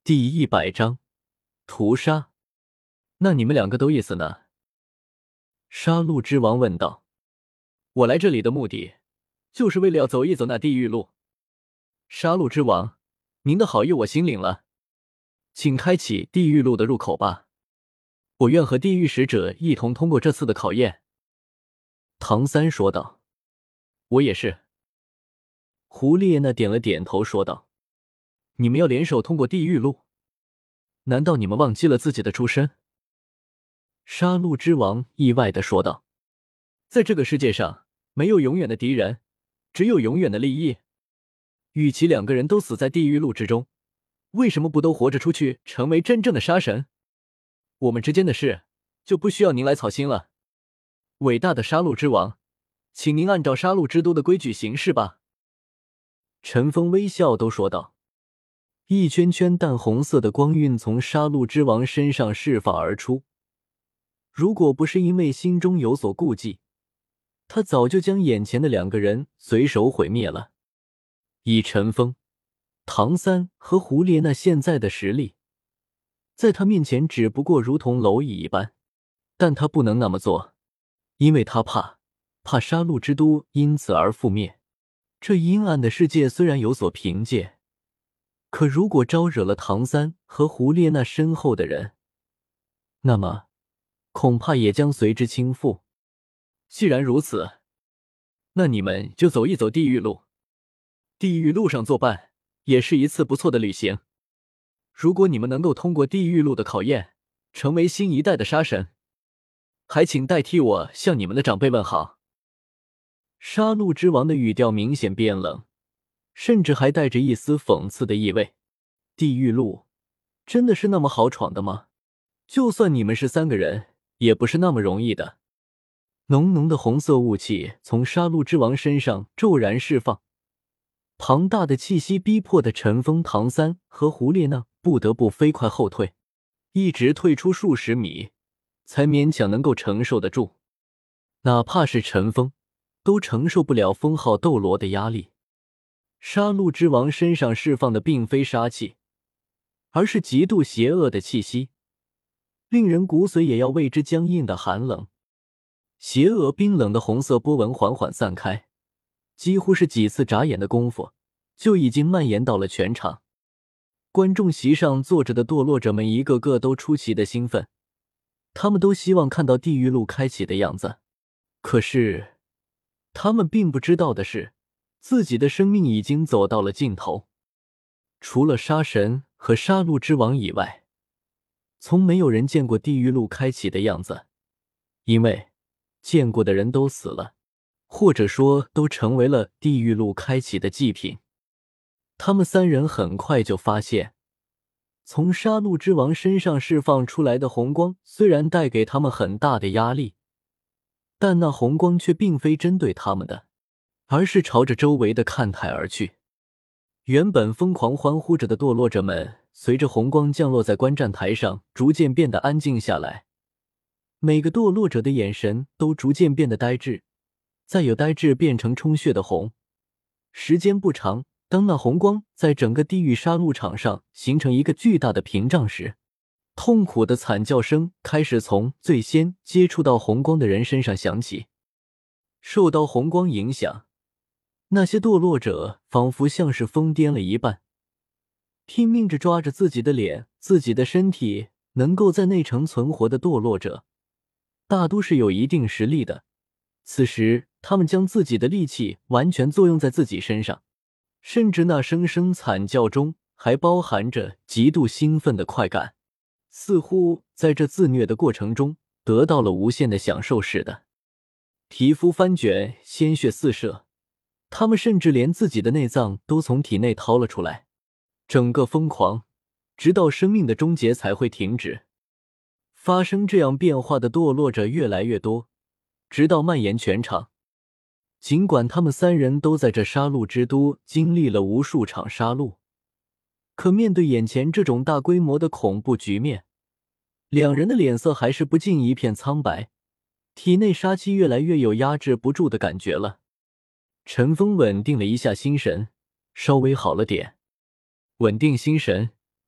第100章屠杀。那你们两个都意思呢？杀戮之王问道。我来这里的目的，就是为了要走一走那地狱路。杀戮之王，您的好意我心领了，请开启地狱路的入口吧。我愿和地狱使者一同通过这次的考验。唐三说道。我也是。胡列娜点了点头说道。你们要联手通过地狱路？难道你们忘记了自己的出身？杀戮之王意外地说道。在这个世界上，没有永远的敌人，只有永远的利益。与其两个人都死在地狱路之中，为什么不都活着出去，成为真正的杀神？我们之间的事，就不需要您来操心了。伟大的杀戮之王，请您按照杀戮之都的规矩行事吧。陈峰微笑都说道。一圈圈淡红色的光晕从杀戮之王身上释放而出，如果不是因为心中有所顾忌，他早就将眼前的两个人随手毁灭了。以陈峰、唐三和胡列娜现在的实力，在他面前只不过如同蝼蚁一般，但他不能那么做，因为他怕杀戮之都因此而覆灭。这阴暗的世界虽然有所凭借，可如果招惹了唐三和胡列娜身后的人，那么恐怕也将随之倾覆。既然如此，那你们就走一走地狱路。地狱路上作伴，也是一次不错的旅行。如果你们能够通过地狱路的考验，成为新一代的杀神，还请代替我向你们的长辈问好。杀戮之王的语调明显变冷，甚至还带着一丝讽刺的意味。地狱路真的是那么好闯的吗？就算你们是3个人，也不是那么容易的。浓浓的红色雾气从杀戮之王身上骤然释放，庞大的气息逼迫的陈峰、唐三和胡列娜不得不飞快后退，一直退出数十米，才勉强能够承受得住。哪怕是陈峰，都承受不了封号斗罗的压力。杀戮之王身上释放的并非杀气，而是极度邪恶的气息，令人骨髓也要为之僵硬的寒冷。邪恶冰冷的红色波纹缓缓散开，几乎是几次眨眼的功夫，就已经蔓延到了全场。观众席上坐着的堕落者们一个个都出奇的兴奋，他们都希望看到地狱路开启的样子。可是他们并不知道的是，自己的生命已经走到了尽头。除了杀神和杀戮之王以外，从没有人见过地狱路开启的样子，因为见过的人都死了，或者说都成为了地狱路开启的祭品。他们3人很快就发现，从杀戮之王身上释放出来的红光虽然带给他们很大的压力，但那红光却并非针对他们的，而是朝着周围的看台而去。原本疯狂欢呼着的堕落者们，随着红光降落在观战台上，逐渐变得安静下来。每个堕落者的眼神都逐渐变得呆滞，再由呆滞变成充血的红。时间不长，当那红光在整个地狱杀戮场上形成一个巨大的屏障时，痛苦的惨叫声开始从最先接触到红光的人身上响起。受到红光影响，那些堕落者仿佛像是疯癫了一般，拼命着抓着自己的脸、自己的身体。能够在内城存活的堕落者，大都是有一定实力的。此时他们将自己的力气完全作用在自己身上，甚至那声声惨叫中还包含着极度兴奋的快感，似乎在这自虐的过程中得到了无限的享受似的。皮肤翻卷，鲜血四射，他们甚至连自己的内脏都从体内掏了出来，整个疯狂，直到生命的终结才会停止。发生这样变化的堕落者越来越多，直到蔓延全场。尽管他们3人都在这杀戮之都经历了无数场杀戮，可面对眼前这种大规模的恐怖局面，两人的脸色还是不禁一片苍白，体内杀气越来越有压制不住的感觉了。陈峰稳定了一下心神，稍微好了点。稳定心神，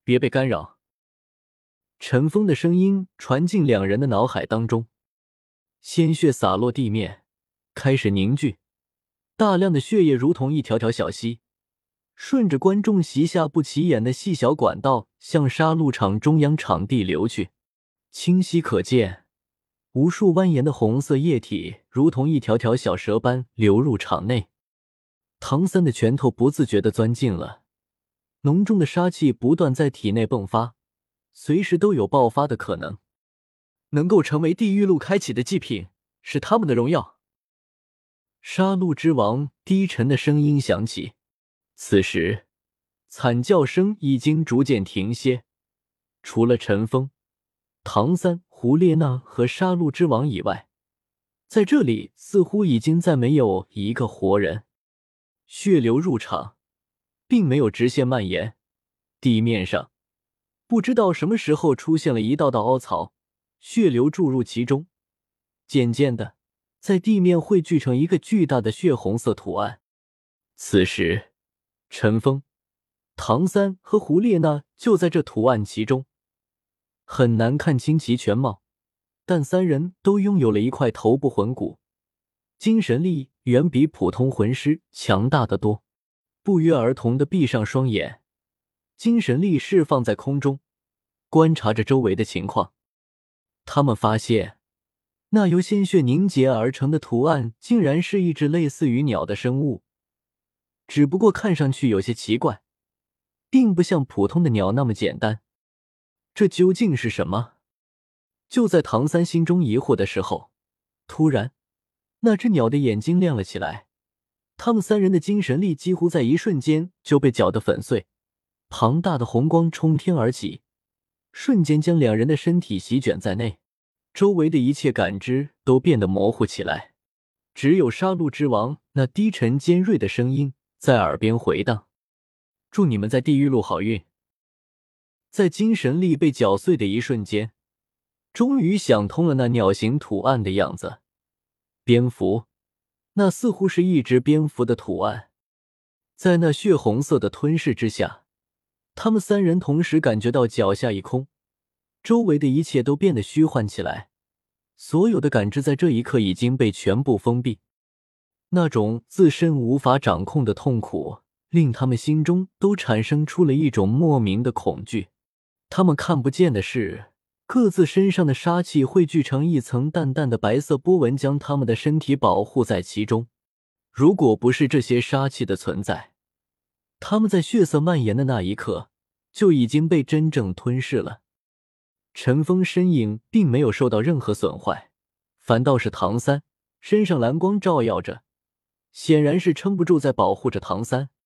别被干扰。陈峰的声音传进两人的脑海当中，鲜血洒落地面，开始凝聚，大量的血液如同一条条小溪，顺着观众席下不起眼的细小管道向杀戮场中央场地流去。清晰可见，无数蜿蜒的红色液体如同一条条小蛇般流入场内。唐三的拳头不自觉地钻进了，浓重的杀气不断在体内迸发，随时都有爆发的可能。能够成为地狱路开启的祭品，是他们的荣耀。杀戮之王低沉的声音响起，此时惨叫声已经逐渐停歇，除了陈峰、唐三、胡列娜和杀戮之王以外，在这里似乎已经再没有一个活人。血流入场，并没有直线蔓延，地面上不知道什么时候出现了一道道凹槽，血流注入其中，渐渐的在地面汇聚成一个巨大的血红色图案。此时陈峰、唐三和胡列娜就在这图案其中，很难看清其全貌，但三人都拥有了一块头部魂骨，精神力远比普通魂师强大得多。不约而同地闭上双眼，精神力释放在空中，观察着周围的情况。他们发现，那由鲜血凝结而成的图案竟然是一只类似于鸟的生物，只不过看上去有些奇怪，并不像普通的鸟那么简单。这究竟是什么？就在唐三心中疑惑的时候，突然那只鸟的眼睛亮了起来，他们三人的精神力几乎在一瞬间就被搅得粉碎，庞大的红光冲天而起，瞬间将两人的身体席卷在内，周围的一切感知都变得模糊起来，只有杀戮之王那低沉尖锐的声音在耳边回荡：祝你们在地狱路好运。在精神力被搅碎的一瞬间，终于想通了那鸟形图案的样子，蝙蝠，那似乎是一只蝙蝠的图案。在那血红色的吞噬之下，他们三人同时感觉到脚下一空，周围的一切都变得虚幻起来，所有的感知在这一刻已经被全部封闭。那种自身无法掌控的痛苦令他们心中都产生出了一种莫名的恐惧。他们看不见的是，各自身上的杀气汇聚成一层淡淡的白色波纹，将他们的身体保护在其中。如果不是这些杀气的存在，他们在血色蔓延的那一刻就已经被真正吞噬了。陈峰身影并没有受到任何损坏，反倒是唐三身上蓝光照耀着，显然是撑不住在保护着唐三。